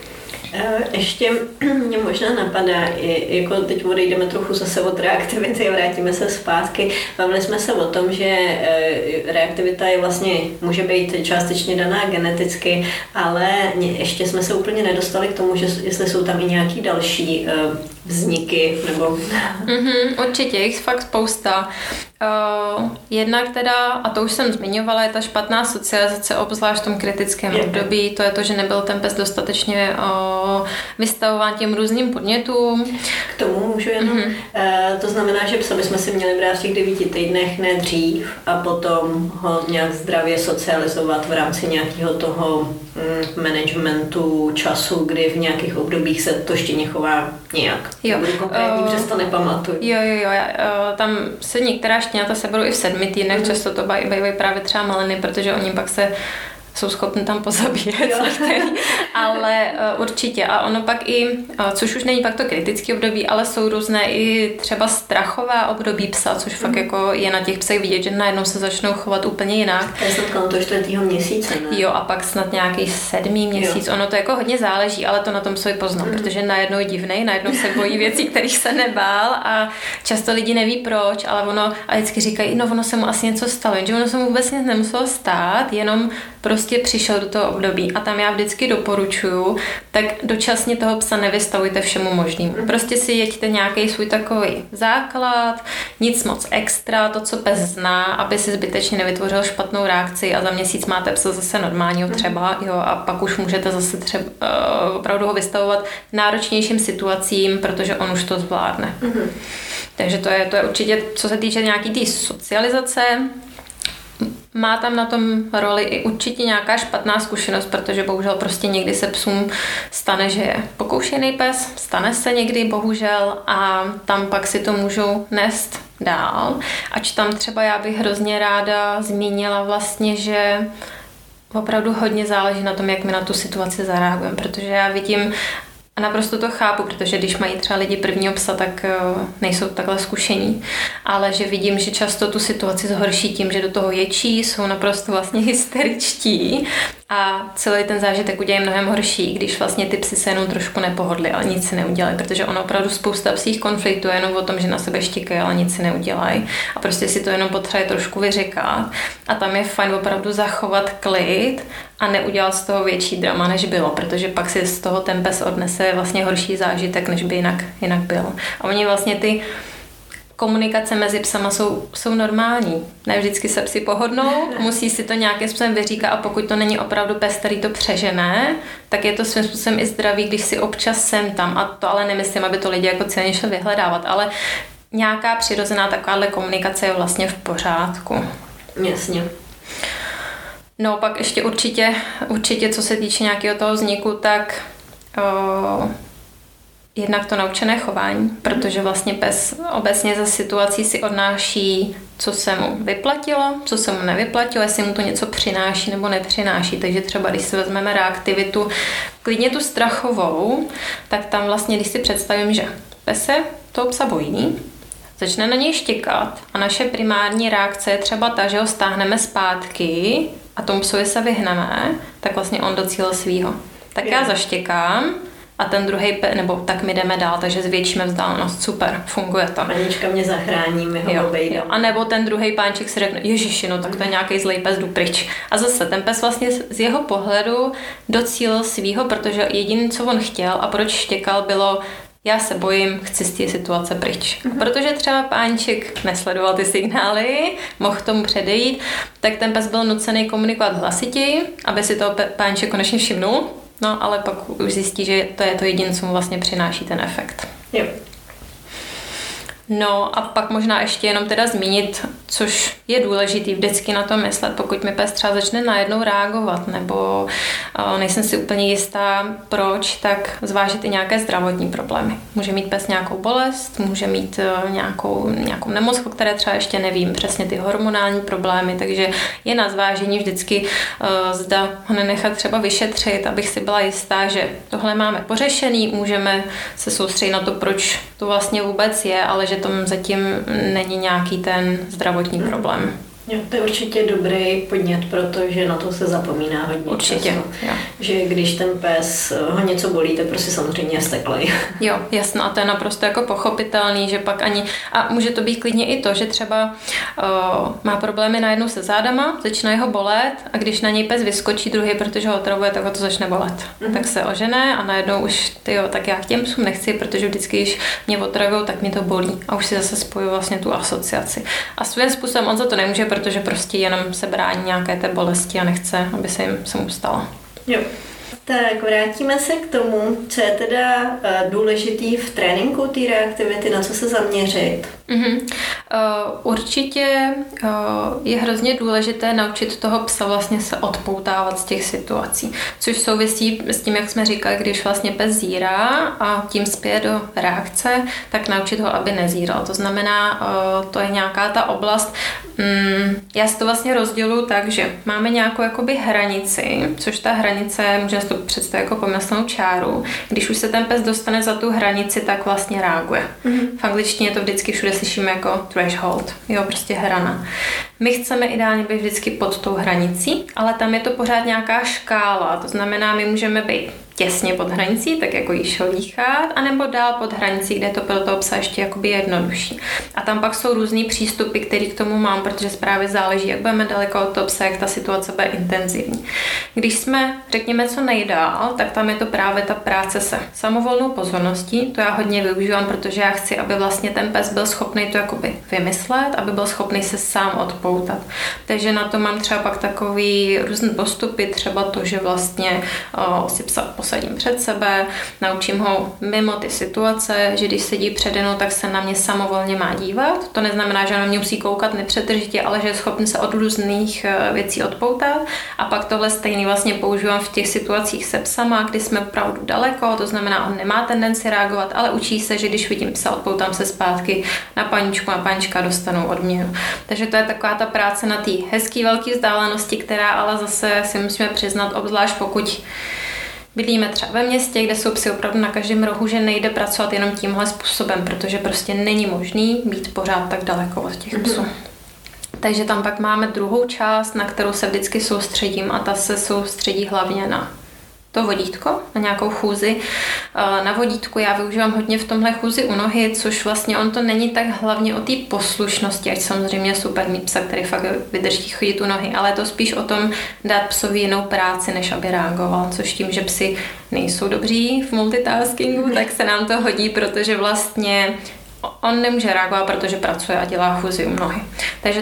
Ještě mě možná napadá, jako teď odejdeme trochu zase od reaktivity a vrátíme se zpátky. Bavili jsme se o tom, že reaktivita je vlastně, může být částečně daná geneticky, ale ještě jsme se úplně nedostali k tomu, že jestli jsou tam i nějaký další vzniky, nebo... Určitě, jich fakt spousta. Jednak teda, a to už jsem zmiňovala, je ta špatná socializace, obzvlášť v tom kritickém období. To je to, že nebyl ten pes dostatečně vystavován těm různým podnětům. K tomu můžu jenom. To znamená, že psa bychom si měli brát v těch 9 týdnech, ne dřív, a potom ho nějak zdravě socializovat v rámci nějakého toho managementu času, kdy v nějakých obdobích se to štěně chová nějak. Budu konkrétní, přesto nepamatuju. Jo, tam se některá štěňata seberou i v 7 týdnech, často to bývají právě třeba maliny, protože oni pak jsou schopni tam pozabíjet, ale určitě. A ono pak i, což už není pak to kritické období, ale jsou různé i třeba strachová období psa, což fakt jako je na těch psech vidět, že najednou se začnou chovat úplně jinak. To je snad kolem toho 4. měsíce, ne? Jo, a pak snad nějaký 7. měsíc. Ono to jako hodně záleží, ale to na tom psovi poznám, protože najednou je divnej, najednou se bojí věcí, kterých se nebál a často lidi neví proč, ale ono a vždycky říkají, no ono se mu asi něco stalo, jenže ono se mu vůbec nic nemuselo stát, jenom prostě prostě přišel do toho období a tam já vždycky doporučuju, tak dočasně toho psa nevystavujte všemu možnému. Prostě si jeďte nějaký svůj takový základ, nic moc extra, to, co pes zná, aby si zbytečně nevytvořil špatnou reakci a za měsíc máte psa zase normálního třeba, jo, a pak už můžete zase třeba opravdu ho vystavovat náročnějším situacím, protože on už to zvládne. Takže to je určitě, co se týče nějaký té socializace. Má tam na tom roli i určitě nějaká špatná zkušenost, protože bohužel prostě někdy se psům stane, že je pokoušený pes, stane se někdy bohužel a tam pak si to můžou nést dál. Ač tam třeba já bych hrozně ráda zmínila vlastně, že opravdu hodně záleží na tom, jak my na tu situaci zareagujeme, protože já vidím a naprosto to chápu, protože když mají třeba lidi prvního psa, tak nejsou takhle zkušení. Ale že vidím, že často tu situaci zhorší tím, že do toho ječí, jsou naprosto vlastně hysteričtí a celý ten zážitek udělají mnohem horší, když vlastně ty psy se jenom trošku nepohodli, ale nic si neudělají, protože ono opravdu spousta psích konfliktů je jenom o tom, že na sebe štěkají, ale nic si neudělají a prostě si to jenom potřebuje trošku vyřekat a tam je fajn opravdu zachovat klid a neudělat z toho větší drama, než bylo, protože pak si z toho ten pes odnese vlastně horší zážitek, než by jinak byl. A oni vlastně ty komunikace mezi psama jsou normální. Ne vždycky se psi pohodnou, musí si to nějakým způsobem vyříkat a pokud to není opravdu pes, který to přežené, tak je to svým způsobem i zdravý, když si občas sem tam, a to ale nemyslím, aby to lidi jako celně šli vyhledávat, ale nějaká přirozená takováhle komunikace je vlastně v pořádku. Jasně. No pak ještě určitě co se týče nějakého toho vzniku, tak jednak to naučené chování, protože vlastně pes obecně za situací si odnáší, co se mu vyplatilo, co se mu nevyplatilo, jestli mu to něco přináší nebo nepřináší. Takže třeba, když si vezmeme reaktivitu, klidně tu strachovou, tak tam vlastně, když si představím, že pes se toho psa bojí, začne na něj štěkat a naše primární reakce je třeba ta, že ho stáhneme zpátky a tomu psovi se vyhneme, tak vlastně on docílil svýho. Tak já zaštěkám a ten druhý, nebo tak my jdeme dál, takže zvětšíme vzdálenost. Super, funguje to. Panička mě zachrání, my ho obejdeme. A nebo ten druhý pánček si řekne, ježiši, no tak to je nějaký zlej pes, jdu pryč. A zase ten pes vlastně z jeho pohledu docílil svýho, protože jediné, co on chtěl a proč štěkal, bylo já se bojím, chci z té situace pryč. A protože třeba pánček nesledoval ty signály, mohl tomu předejít, tak ten pes byl nucený komunikovat hlasitěji, aby si toho pánček konečně všimnul. No, ale pak už zjistí, že to je to jediné, co mu vlastně přináší ten efekt. Jo. No a pak možná ještě jenom teda zmínit, což je důležitý vždycky na to myslet, pokud mi pes třeba začne najednou reagovat, nebo nejsem si úplně jistá proč, tak zvážit i nějaké zdravotní problémy. Může mít pes nějakou bolest, může mít nějakou nemoc, o které třeba ještě nevím, přesně ty hormonální problémy, takže je na zvážení vždycky zda ho nenechat třeba vyšetřit, abych si byla jistá, že tohle máme pořešený, můžeme se soustředit na to, proč to vlastně vůbec je, ale že tom zatím není nějaký ten zdravotní problém. Jo, to je určitě dobrý podnět, protože na to se zapomíná hodně určitě, času. Jo. Že když ten pes ho něco bolí, tak prostě samozřejmě je steklej. Jo, jasno, a to je naprosto jako pochopitelný, že pak ani, a může to být klidně i to, že třeba má problémy najednou se zádama, začne ho bolet a když na něj pes vyskočí druhý, protože ho otravuje, tak ho to začne bolet. Mm-hmm. Tak se ožene a najednou už, tak já k těm psům nechci, protože vždycky, když mě otravujou, tak mě to bolí a už si zase spojuju vlastně tu asociaci. A svým způsobem on za to nemůže, protože prostě jenom se brání nějaké té bolesti a nechce, aby se mu stalo. Jo. Tak vrátíme se k tomu, co je teda důležitý v tréninku té reaktivity, na co se zaměřit. Určitě je hrozně důležité naučit toho psa vlastně se odpoutávat z těch situací, což souvisí s tím, jak jsme říkali, když vlastně pes zírá a tím spěje do reakce, tak naučit ho, aby nezíral. To znamená, to je nějaká ta oblast, já si to vlastně rozděluji tak, že máme nějakou jakoby hranici, což ta hranice, můžeme si to představit jako pomyslnou čáru. Když už se ten pes dostane za tu hranici, tak vlastně reaguje. V angličtině to vždycky všude slyšíme jako threshold, jo, prostě hrana. My chceme ideálně být vždycky pod tou hranicí, ale tam je to pořád nějaká škála, to znamená, my můžeme být těsně pod hranicí, tak jako již ho dýchat, anebo dál pod hranicí, kde je to pro toho psa ještě jakoby jednodušší. A tam pak jsou různý přístupy, který k tomu mám, protože právě záleží, jak budeme daleko od toho psa, jak ta situace bude intenzivní. Když jsme, řekněme, co nejdál, tak tam je to právě ta práce se samovolnou pozorností. To já hodně využívám, protože já chci, aby vlastně ten pes byl schopný to jakoby vymyslet, aby byl schopný se sám odpoutat. Takže na to mám třeba pak takový různý postupy, třeba to, že vlastně si psa posadím před sebe, naučím ho mimo ty situace, že když sedí přede mnou, tak se na mě samovolně má dívat. To neznamená, že na mě musí koukat nepřetržitě, ale že je schopný se od různých věcí odpoutat. A pak tohle stejný vlastně používám v těch situacích se psama, kdy jsme opravdu daleko, to znamená, on nemá tendenci reagovat, ale učí se, že když vidím psa, odpoutám se zpátky na paničku, a panička dostanou odměnu. Takže to je taková ta práce na té hezký velké vzdálenosti, která ale zase si musíme přiznat, obzvlášť pokud bydlíme třeba ve městě, kde jsou psi opravdu na každém rohu, že nejde pracovat jenom tímhle způsobem, protože prostě není možný být pořád tak daleko od těch psů. Takže tam pak máme druhou část, na kterou se vždycky soustředím a ta se soustředí hlavně na to vodítko, na nějakou chůzi. Na vodítku já využívám hodně v tomhle chůzi u nohy, což vlastně on to není tak hlavně o té poslušnosti, ať samozřejmě super mít psa, který fakt vydrží chodit u nohy, ale je to spíš o tom dát psovi jinou práci, než aby reagoval, což tím, že psi nejsou dobří v multitaskingu, tak se nám to hodí, protože vlastně on nemůže reagovat, protože pracuje a dělá chůzi u nohy. Takže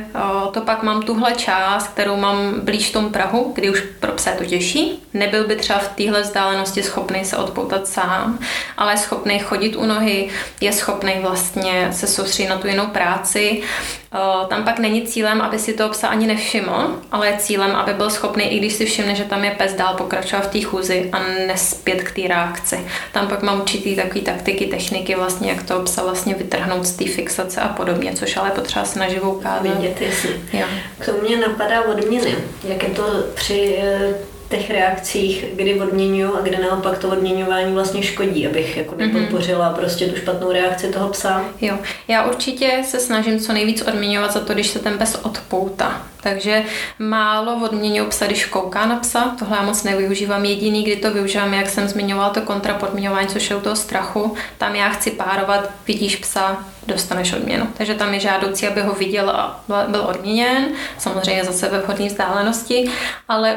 to pak mám tuhle část, kterou mám blíž tomu prahu, kdy už pro psa to těžší. Nebyl by třeba v téhle vzdálenosti schopný se odpoutat sám, ale je schopný chodit u nohy, je schopný vlastně se soustředit na tu jinou práci. Tam pak není cílem, aby si toho psa ani nevšiml, ale je cílem, aby byl schopný, i když si všimne, že tam je pes, dál pokračovat v té chůzi a nespět k té reakci. Tam pak mám určitý takový taktiky, techniky, vlastně, jak toho psa vlastně vytrhnout z té fixace a podobně, což ale potřeba se naživo ukázat. Vidět, jestli. K tomu mě napadá odměny. Jak je to při těch reakcích, kdy odměňuju a kde naopak to odměňování vlastně škodí, abych jako nepodpořila prostě tu špatnou reakci toho psa. Jo, já určitě se snažím co nejvíc odměňovat za to, když se ten pes odpoutá. Takže málo odměňuji psa, když kouká na psa, tohle já moc nevyužívám. Jediný, kdy to využívám, jak jsem zmiňovala, to kontrapodměňování, což je u toho strachu. Tam já chci párovat, vidíš psa, dostaneš odměnu. Takže tam je žádoucí, aby ho viděl a byl odměněn, samozřejmě zase ve vhodné vzdálenosti, ale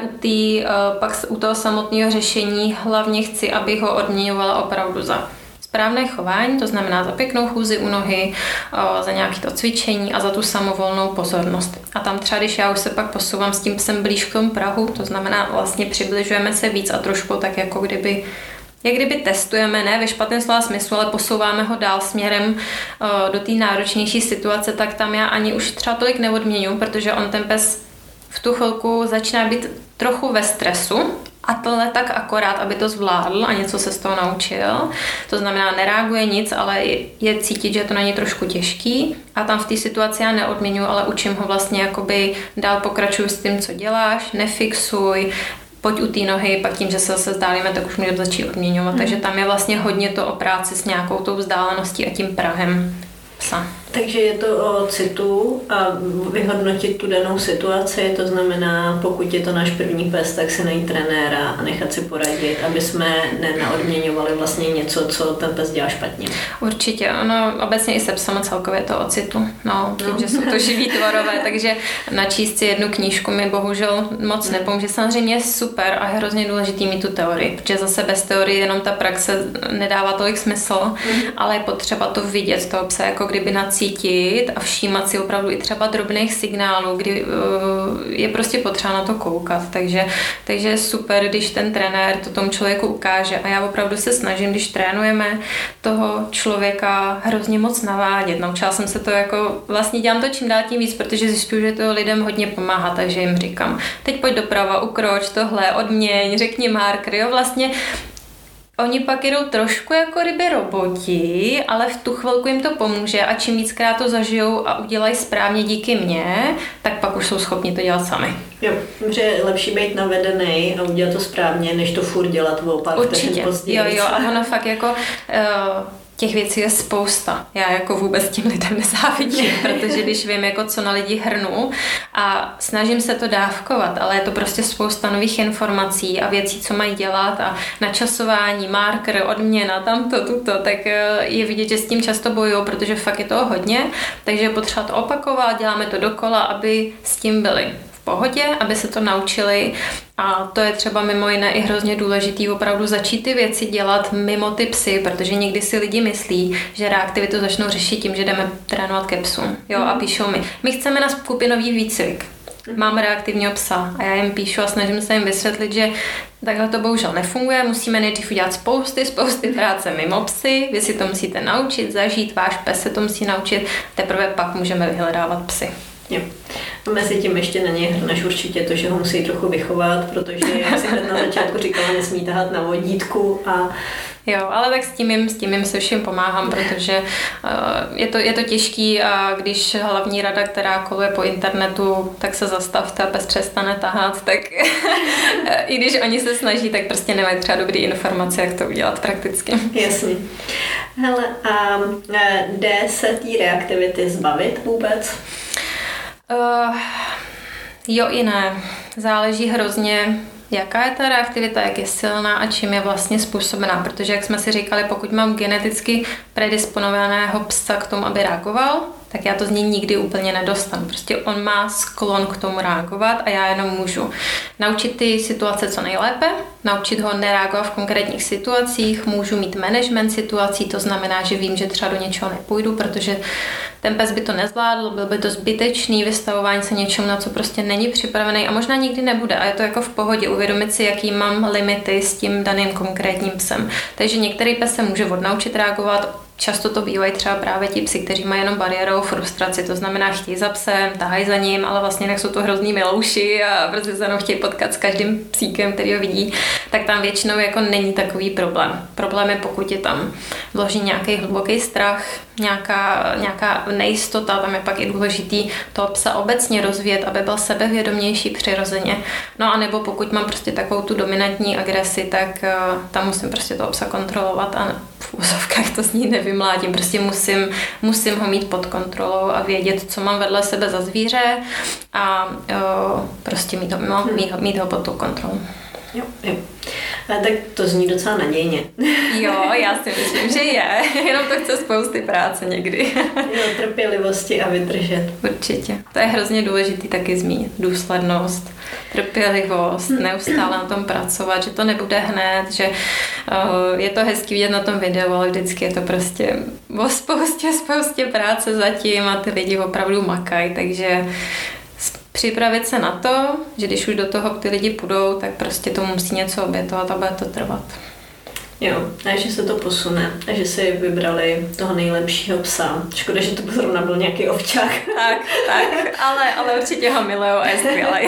pak u toho samotného řešení hlavně chci, aby ho odměňovala opravdu za správné chování, to znamená za pěknou chůzi u nohy, za nějaké to cvičení a za tu samovolnou pozornost. A tam třeba, když já už se pak posouvám s tím psem blíž k tomu prahu, to znamená vlastně přibližujeme se víc a trošku tak jako kdyby testujeme, ne ve špatném slova smyslu, ale posouváme ho dál směrem do té náročnější situace, tak tam já ani už třeba tolik neodměňuji, protože on ten pes v tu chvilku začíná být trochu ve stresu a tohle tak akorát, aby to zvládl a něco se z toho naučil. To znamená, nereaguje nic, ale je cítit, že je to na něj trošku těžký a tam v té situaci já neodměňuji, ale učím ho vlastně jakoby dál pokračuj s tím, co děláš, nefixuj, pojď u té nohy, pak tím, že se zase vzdálíme, tak už můžeme začít odměňovat. Takže tam je vlastně hodně to o práci s nějakou tou vzdáleností a tím prahem psa. Takže je to o citu a vyhodnotit tu danou situaci, to znamená, pokud je to náš první pes, tak si najít trenéra a nechat si poradit, aby jsme nenaodměňovali vlastně něco, co ten pes dělá špatně. Určitě, ono obecně i se psama celkově je to o citu, tím, že jsou to živí tvorové, takže načíst si jednu knížku mi bohužel moc nepomůže. Samozřejmě je super a je hrozně důležitý mít tu teorii, protože zase bez teorie jenom ta praxe nedává tolik smysl, ale je potřeba to vidět, toho psa jako kdyby cítit a všímat si opravdu i třeba drobných signálů, kdy je prostě potřeba na to koukat. Takže je super, když ten trenér to tomu člověku ukáže a já opravdu se snažím, když trénujeme toho člověka hrozně moc navádět. Naučila jsem se to vlastně dělám to čím dál tím víc, protože zjišťuju, že to lidem hodně pomáhá, takže jim říkám, teď pojď doprava, ukroč, tohle, odměň, řekni marker, vlastně oni pak jedou trošku jako ryby roboti, ale v tu chvilku jim to pomůže a čím víckrát to zažijou a udělají správně díky mně, tak pak už jsou schopni to dělat sami. Jo, že je lepší být navedený a udělat to správně, než to furt dělat o pár vteřin později. Jo, a ono fakt těch věcí je spousta. Já jako vůbec tím lidem nezávidím, protože když vím, jako co na lidi hrnu a snažím se to dávkovat, ale je to prostě spousta nových informací a věcí, co mají dělat a načasování, marker, odměna, tamto, tuto, tak je vidět, že s tím často bojují, protože fakt je toho hodně, takže je potřeba to opakovat, děláme to dokola, aby s tím byli v pohodě, aby se to naučili. A to je třeba mimo jiné i hrozně důležitý opravdu začít ty věci dělat mimo ty psy, protože někdy si lidi myslí, že reaktivitu začnou řešit tím, že jdeme trénovat ke psům. Jo, a píšou mi, my chceme na skupinový výcvik. Mám reaktivního psa a já jim píšu a snažím se jim vysvětlit, že takhle to bohužel nefunguje, musíme nejdřív udělat spousty práce mimo psy, vy si to musíte naučit, zažít, váš pes se to musí naučit, teprve pak můžeme vyhledávat psy. Jo. A mezi tím ještě na něj hrneš určitě to, že ho musí trochu vychovat, protože, jak si hned na začátku říkala, nesmí tahat na vodítku a... Jo, ale tak s tím jim se vším pomáhám, protože je to těžký a když hlavní rada, která koluje po internetu, tak se zastavte a pes přestane tahat, tak i když oni se snaží, tak prostě nemají třeba dobrý informace, jak to udělat prakticky. Jasně. Hele, a jde se té reaktivity zbavit vůbec? Jo i ne. Záleží hrozně, jaká je ta reaktivita, jak je silná a čím je vlastně způsobená. Protože, jak jsme si říkali, pokud mám geneticky predisponovaného psa k tomu, aby reagoval, tak já to z něj nikdy úplně nedostanu. Prostě on má sklon k tomu reagovat a já jenom můžu naučit ty situace co nejlépe, naučit ho nereagovat v konkrétních situacích, můžu mít management situací, to znamená, že vím, že třeba do něčeho nepůjdu, protože ten pes by to nezvládl, byl by to zbytečný vystavování se něčemu, na co prostě není připravený a možná nikdy nebude. A je to jako v pohodě uvědomit si, jaký mám limity s tím daným konkrétním psem. Takže některý pes se může odnaučit reagovat. Často to bývají třeba právě ti psi, kteří mají jenom bariérovou frustraci, to znamená chtějí za psem, tahají za ním, ale vlastně tak jsou to hrozný milouši a prostě se jenom chtějí potkat s každým psíkem, který ho vidí, tak tam většinou jako není takový problém. Problém je, pokud je tam vloží nějaký hluboký strach, nějaká nejistota, tam je pak i důležitý toho psa obecně rozvíjet, aby byl sebevědomější přirozeně. No a nebo pokud mám prostě takovou tu dominantní agresi, tak tam musím prostě toho psa kontrolovat a v úzovkách to z ní nevymládím. Prostě musím ho mít pod kontrolou a vědět, co mám vedle sebe za zvíře a prostě mít ho pod tou kontrolou. Jo. Tak to zní docela nadějně. Jo, já si myslím, že je. Jenom to chce spousty práce někdy. Jo, trpělivosti a vydržet. Určitě. To je hrozně důležitý taky zmínit. Důslednost, trpělivost, neustále na tom pracovat, že to nebude hned, že je to hezký vidět na tom videu, ale vždycky je to prostě o spoustě práce zatím a ty lidi opravdu makají, takže připravit se na to, že když už do toho ty lidi půjdou, tak prostě to musí něco obětovat a bude to trvat. Jo, a že se to posune a že si vybrali toho nejlepšího psa. Škoda, že to zrovna byl nějaký ovčák. Tak, ale určitě ho milujou a je skvělej.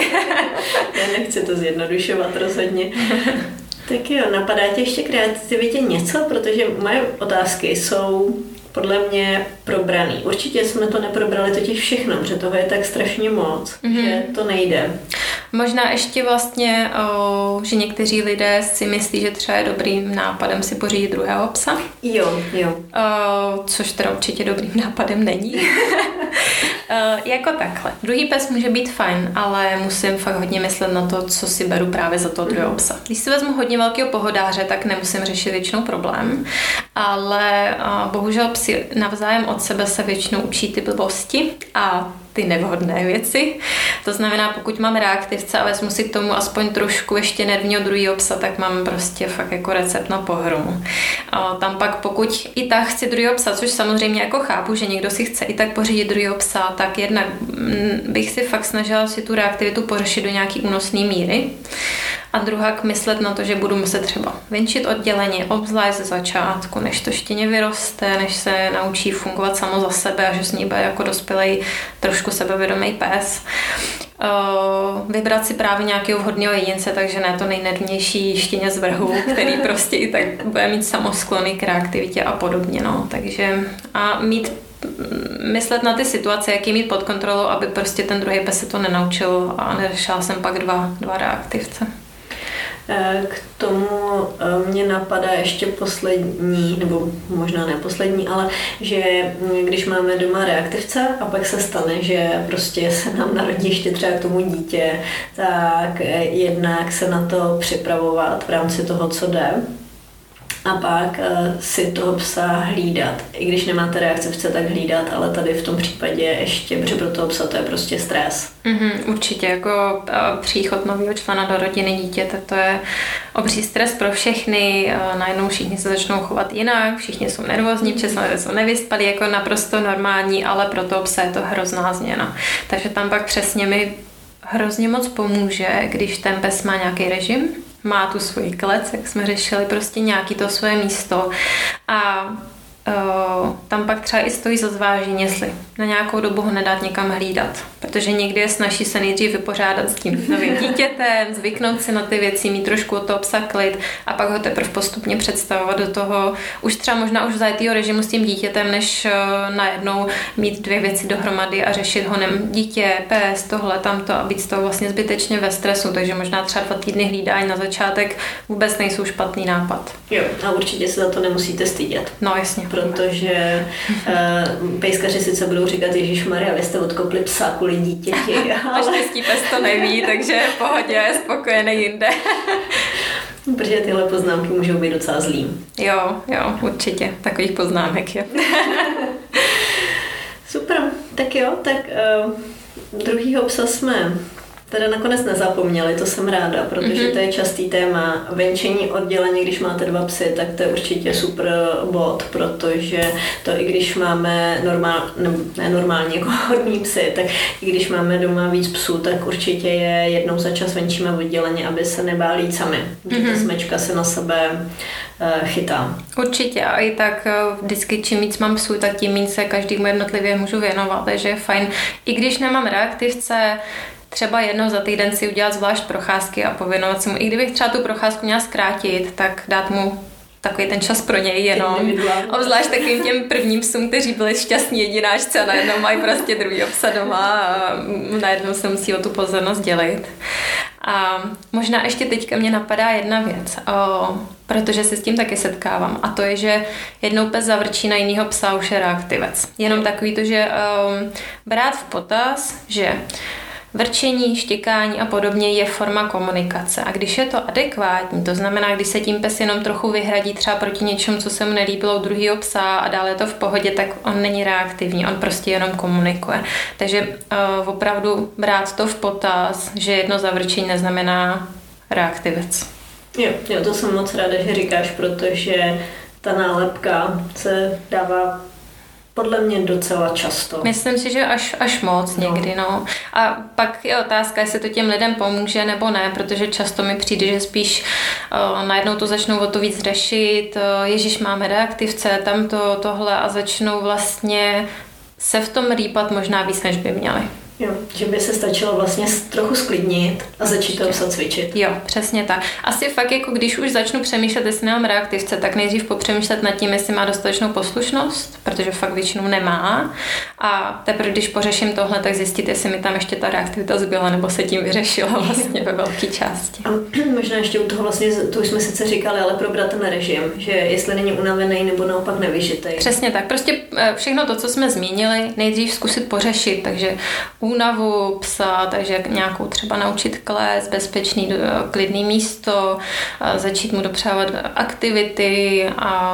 Já nechci to zjednodušovat rozhodně. Tak jo, napadá tě ještě kreativitě něco, protože moje otázky jsou podle mě probraný. Určitě jsme to neprobrali totiž všechno, protože toho je tak strašně moc, že to nejde. Možná ještě vlastně, že někteří lidé si myslí, že třeba je dobrým nápadem si pořídit druhého psa. Jo. Což teda určitě dobrým nápadem není. Jako takhle. Druhý pes může být fajn, ale musím fakt hodně myslet na to, co si beru právě za toho druhého psa. Když si vezmu hodně velkého pohodáře, tak nemusím řešit většinou problém, ale bohužel psi navzájem od sebe se většinou učí ty blbosti a ty nevhodné věci. To znamená, pokud mám reaktivce a vezmu si k tomu aspoň trošku ještě nervního druhého psa, tak mám prostě fakt jako recept na pohromu. Tam pak pokud i tak chci druhého psa, což samozřejmě jako chápu, že někdo si chce i tak pořídit druhého psa, tak jednak bych si fakt snažila si tu reaktivitu pořešit do nějaký únosné míry. A druhak myslet na to, že budu muset třeba venčit odděleně, obzvlášť ze začátku, než to štěně vyroste, než se naučí fungovat samo za sebe a že s ní bude jako dospělej trošku sebevědomý pes. Vybrat si právě nějakého vhodného jedince, takže ne to nejnervnější štěně z vrhu, který prostě i tak bude mít samosklony k reaktivitě a podobně. No. Takže a myslet na ty situace, jak je mít pod kontrolou, aby prostě ten druhý pes se to nenaučil a neřešila jsem pak dva reaktivce. K tomu mě napadá ještě poslední, nebo možná ne poslední, ale že když máme doma reaktivce a pak se stane, že prostě se nám narodí ještě třeba k tomu dítě, tak jednak se na to připravovat v rámci toho, co jde. A pak si toho psa hlídat. I když nemáte reaktivce, tak hlídat, ale tady v tom případě ještě, protože pro toho psa to je prostě stres. Určitě, jako příchod nového člena do rodiny dítěte, to je obří stres pro všechny. Najednou všichni se začnou chovat jinak, všichni jsou nervózní, přesně jsou nevyspalí, jako naprosto normální, ale pro toho psa je to hrozná změna. Takže tam pak přesně mi hrozně moc pomůže, když ten pes má nějaký režim, má tu svoji klec, jak jsme řešili, prostě nějaký to svoje místo a tam pak třeba i stojí za zvážení, jestli na nějakou dobu ho nedát někam hlídat, protože někdy je snaží se nejdřív vypořádat s tím novým dítětem, zvyknout si na ty věci, mít trošku od toho psa klid a pak ho teprve postupně představovat do toho už třeba možná už v zajetýho režimu s tím dítětem, než najednou mít dvě věci dohromady a řešit honem dítě, pes, tohle, tamto a být z toho vlastně zbytečně ve stresu, takže možná třeba 2 týdny hlídání na začátek vůbec nejsou špatný nápad. Jo, a určitě se za to nemusíte stydět. No jasně. Protože pejskaři sice budou říkat, ježišmarja, vy jste odkopli psa kvůli dítěti. Naštěstí pes to neví, takže v pohodě, spokojený jinde. Protože tyhle poznámky můžou být docela zlý. Jo, určitě. Takových poznámek je. Super, tak jo, tak druhýho psa jsme teda nakonec nezapomněli, to jsem ráda, protože to je častý téma. Venčení oddělení, když máte 2 psy, tak to je určitě super bod, protože to i když máme normálně jako hodní psy, tak i když máme doma víc psů, tak určitě je jednou za čas venčíme oddělení, aby se nebáli jít sami. Ta smečka se na sebe chytá. Určitě a i tak vždycky čím víc mám psů, tak tím méně se každému jednotlivě můžu věnovat, takže je fajn. I když nemám reaktivce, třeba jednou za týden si udělat zvlášť procházky a pověnovat se mu. I kdybych třeba tu procházku měla zkrátit, tak dát mu takový ten čas pro něj jenom. Obzvlášť takovým těm prvním psům, kteří byli šťastní jedináčci a najednou mají prostě druhýho psa doma a najednou se musí o tu pozornost dělit. A možná ještě teďka mě napadá jedna věc, protože se s tím taky setkávám a to je, že jednou pes zavrčí na jinýho psa, už je reaktivec. Jenom takový to, že brát v potaz, že vrčení, štěkání a podobně je forma komunikace. A když je to adekvátní, to znamená, když se tím pes jenom trochu vyhradí třeba proti něčemu, co se mu nelíbilo u druhého psa a dále je to v pohodě, tak on není reaktivní, on prostě jenom komunikuje. Takže opravdu brát to v potaz, že jedno zavrčení neznamená reaktivec. Jo, to jsem moc ráda, že říkáš, protože ta nálepka se dává podle mě docela často. Myslím si, že až moc někdy, no. A pak je otázka, jestli to těm lidem pomůže nebo ne, protože často mi přijde, že spíš najednou to začnou o to víc řešit, ježiš, máme reaktivce, tamto, tohle a začnou vlastně se v tom rýpat možná víc, než by měli. Jo, že by se stačilo vlastně trochu sklidnit a začít to psa cvičit. Jo, přesně tak. Asi fakt jako když už začnu přemýšlet, jestli nemám reaktivce, tak nejdřív popřemýšlet nad tím, jestli má dostatečnou poslušnost, protože fakt většinou nemá. A teprve když pořeším tohle, tak zjistit, jestli mi tam ještě ta reaktivita zbyla, nebo se tím vyřešila vlastně ve velké části. A možná ještě u toho vlastně, to už jsme sice říkali, ale probrat ten režim, že jestli není unavený nebo naopak nevyžitej. Přesně tak. Prostě všechno to, co jsme zmínili, nejdřív zkusit pořešit, takže únavu psa, takže nějakou třeba naučit klést, bezpečný, klidný místo, začít mu dopřávat aktivity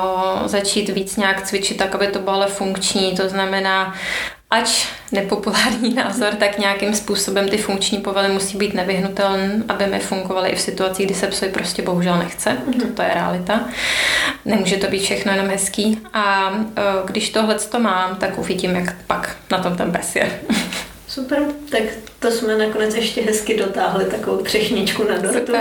a začít víc nějak cvičit tak, aby to bylo ale funkční. To znamená, ač nepopulární názor, tak nějakým způsobem ty funkční povely musí být nevyhnutelné, aby mi fungovaly i v situacích, kdy se psovi prostě bohužel nechce. To je realita. Nemůže to být všechno jenom hezký. A když tohleto mám, tak uvidím, jak pak na tom ten pes je. Super, tak to jsme nakonec ještě hezky dotáhli, takovou třešničku na dortu.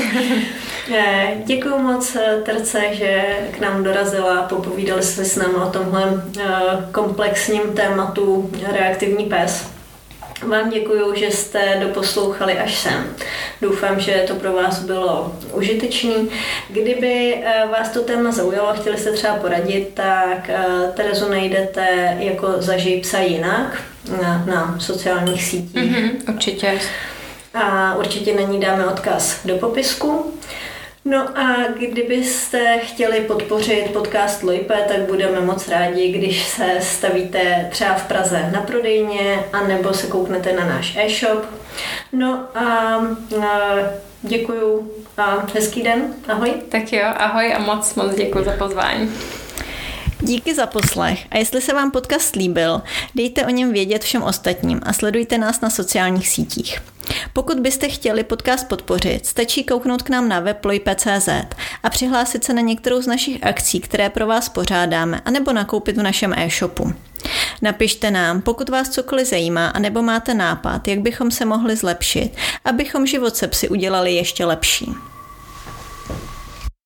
Děkuju moc, Terce, že k nám dorazila, popovídali jste s námi o tomhle komplexním tématu reaktivní pes. Vám děkuju, že jste doposlouchali až sem. Doufám, že to pro vás bylo užitečný. Kdyby vás to téma zaujalo, chtěli jste třeba poradit, tak Terezu najdete jako Zažij psa jinak na sociálních sítích. Určitě. A určitě na ní dáme odkaz do popisku. No a kdybyste chtěli podpořit podcast Lojpe, tak budeme moc rádi, když se stavíte třeba v Praze na prodejně, anebo se kouknete na náš e-shop. No a děkuju a hezký den. Ahoj. Tak jo, ahoj a moc děkuji za pozvání. Díky za poslech a jestli se vám podcast líbil, dejte o něm vědět všem ostatním a sledujte nás na sociálních sítích. Pokud byste chtěli podcast podpořit, stačí kouknout k nám na web lojpe.cz a přihlásit se na některou z našich akcí, které pro vás pořádáme, anebo nakoupit v našem e-shopu. Napište nám, pokud vás cokoliv zajímá, anebo máte nápad, jak bychom se mohli zlepšit, abychom život se psy udělali ještě lepší.